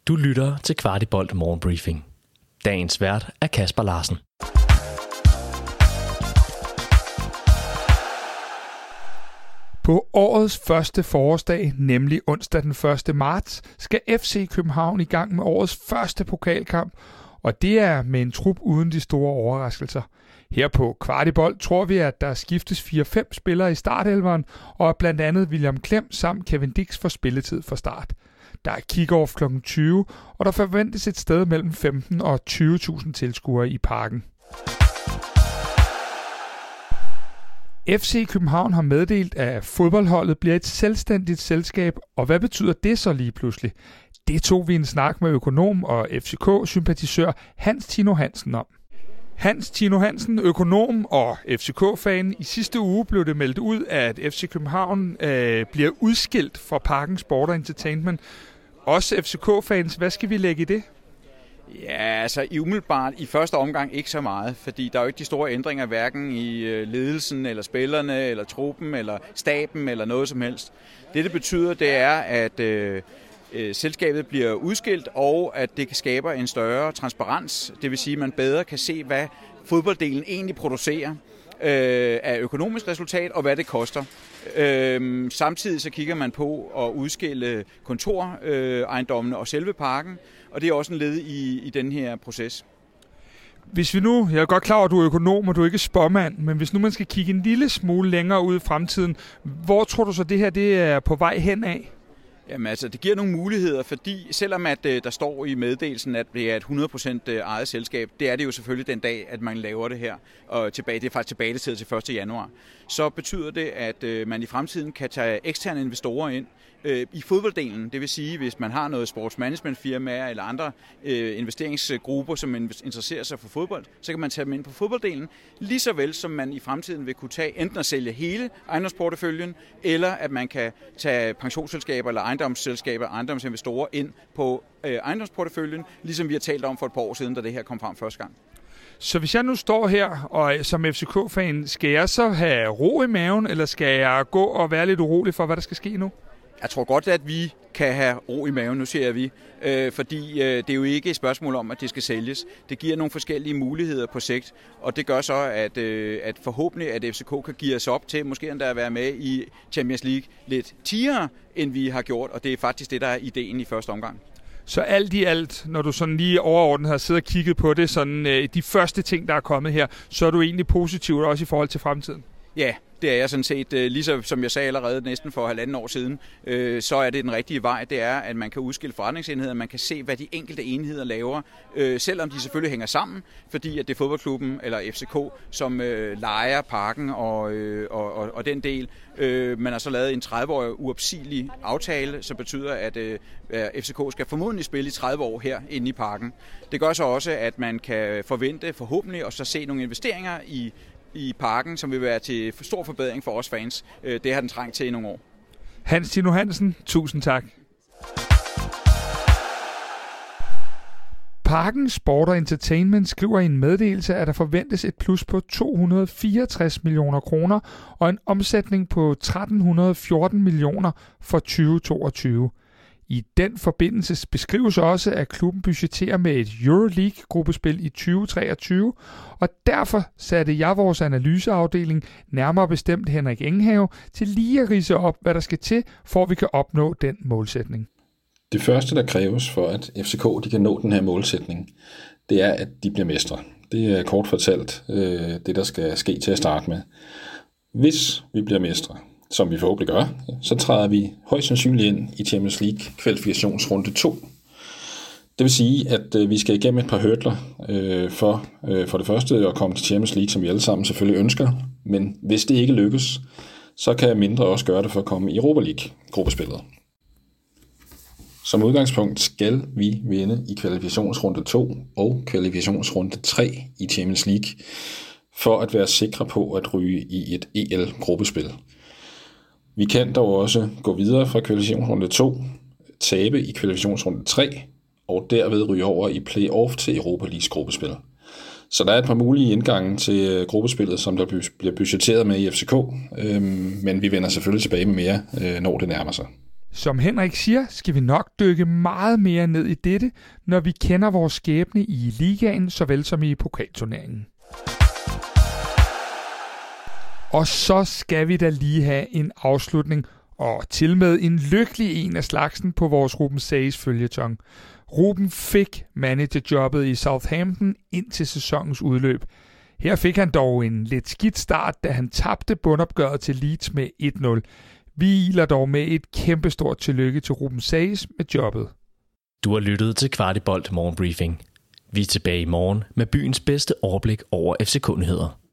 Du lytter til Kvartibolt Morgenbriefing. Dagens vært er Kasper Larsen. På årets første forårsdag, nemlig onsdag den 1. marts, skal FC København i gang med årets første pokalkamp, og det er med en trup uden de store overraskelser. Her på Kvartibolt tror vi, at der skiftes 4-5 spillere i startelveren, og at blandt andet William Klem samt Kevin Dix får spilletid fra start. Der er kick-off kl. 20, og der forventes et sted mellem 15 og 20.000 tilskuere i parken. FC København har meddelt, at fodboldholdet bliver et selvstændigt selskab, og hvad betyder det så lige pludselig? Det tog vi en snak med økonom og FCK-sympatisør Hans Tino Hansen om. Hans Tino Hansen, økonom og FCK-fan. I sidste uge blev det meldt ud, at FC København bliver udskilt fra Parken Sport & Entertainment. Også FCK-fans, hvad skal vi lægge i det? Ja, altså umiddelbart i første omgang ikke så meget, fordi der er jo ikke de store ændringer, hverken i ledelsen, eller spillerne, eller truppen, eller staben, eller noget som helst. Det betyder, det er, at selskabet bliver udskilt, og at det kan skabe en større transparens. Det vil sige, at man bedre kan se, hvad fodbolddelen egentlig producerer af økonomisk resultat, og hvad det koster. Samtidig så kigger man på at udskille kontorejendommene og selve parken, og det er også en led i den her proces. Hvis vi nu, jeg er godt klar over, at du er økonom, og du er ikke spåmand, men hvis nu man skal kigge en lille smule længere ud i fremtiden, hvor tror du så det her det er på vej hen af? Jamen altså, det giver nogle muligheder, fordi selvom at der står i meddelelsen, at det er et 100% eget selskab, det er det jo selvfølgelig den dag, at man laver det her, og det er faktisk tilbage til 1. januar, så betyder det, at man i fremtiden kan tage eksterne investorer ind i fodbolddelen. Det vil sige, hvis man har noget sportsmanagementfirmaer eller andre investeringsgrupper, som interesserer sig for fodbold, så kan man tage dem ind på fodbolddelen, lige så vel som man i fremtiden vil kunne tage enten at sælge hele ejendomsporteføljen, eller at man kan tage pensionsselskaber eller ejendomsselskaber, ejendomsinvestorer ind på ejendomsporteføljen, ligesom vi har talt om for et par år siden, da det her kom frem første gang. Så hvis jeg nu står her og som FCK-fan, skal jeg så have ro i maven, eller skal jeg gå og være lidt urolig for, hvad der skal ske nu? Jeg tror godt, at vi kan have ro i maven, nu siger vi, fordi det er jo ikke et spørgsmål om, at det skal sælges. Det giver nogle forskellige muligheder på sigt, og det gør så, at forhåbentlig at FCK kan give os op til måske endda at være med i Champions League lidt tiere, end vi har gjort, og det er faktisk det, der er ideen i første omgang. Så alt i alt, når du sådan lige overordnet har siddet og kigget på det, sådan de første ting, der er kommet her, så er du egentlig positiv også i forhold til fremtiden? Ja, det er jeg sådan set. Ligesom som jeg sagde allerede næsten for 1,5 år siden, så er det den rigtige vej. Det er, at man kan udskille forretningsenheder, man kan se, hvad de enkelte enheder laver, selvom de selvfølgelig hænger sammen, fordi at det er fodboldklubben eller FCK, som lejer parken og den del. Man har så lavet en 30-årig uopsigelig aftale, som betyder, at FCK skal formodentlig spille i 30 år her inde i parken. Det gør så også, at man kan forvente forhåbentlig og så se nogle investeringer i parken, som vil være til stor forbedring for os fans. Det har den trængt til i nogle år. Hans Tino Hansen, tusind tak. Parken Sport & Entertainment skriver i en meddelelse, at der forventes et plus på 264 millioner kroner og en omsætning på 1314 millioner for 2022. I den forbindelse beskrives også, at klubben budgetterer med et Euroleague-gruppespil i 2023, og derfor satte jeg vores analyseafdeling, nærmere bestemt Henrik Enghave, til lige at ridse op, hvad der skal til, for at vi kan opnå den målsætning. Det første, der kræves for, at FCK de kan nå den her målsætning, det er, at de bliver mestre. Det er kort fortalt det, der skal ske til at starte med. Hvis vi bliver mestre, som vi forhåbentlig gør, så træder vi højst sandsynligt ind i Champions League kvalifikationsrunde 2. Det vil sige, at vi skal igennem et par hurdler for det første at komme til Champions League, som vi alle sammen selvfølgelig ønsker. Men hvis det ikke lykkes, så kan mindre også gøre det for at komme i Europa League-gruppespillet. Som udgangspunkt skal vi vinde i kvalifikationsrunde 2 og kvalifikationsrunde 3 i Champions League, for at være sikre på at ryge i et EL-gruppespil. Vi kan dog også gå videre fra kvalifikationsrunde 2, tabe i kvalifikationsrunde 3, og derved ryge over i play-off til Europa Leagues gruppespil. Så der er et par mulige indgange til gruppespillet, som der bliver budgetteret med i FCK, men vi vender selvfølgelig tilbage med mere, når det nærmer sig. Som Henrik siger, skal vi nok dykke meget mere ned i dette, når vi kender vores skæbne i ligaen, såvel som i pokalturneringen. Og så skal vi da lige have en afslutning, og til med en lykkelig en af slagsen på vores Ruben Sages føljeton. Ruben fik managerjobbet i Southampton indtil sæsonens udløb. Her fik han dog en lidt skidt start, da han tabte bundopgøret til Leeds med 1-0. Vi iler dog med et kæmpestort tillykke til Ruben Sages med jobbet. Du har lyttet til Kvartibolt Morgenbriefing. Vi er tilbage i morgen med byens bedste overblik over FCK-nyheder.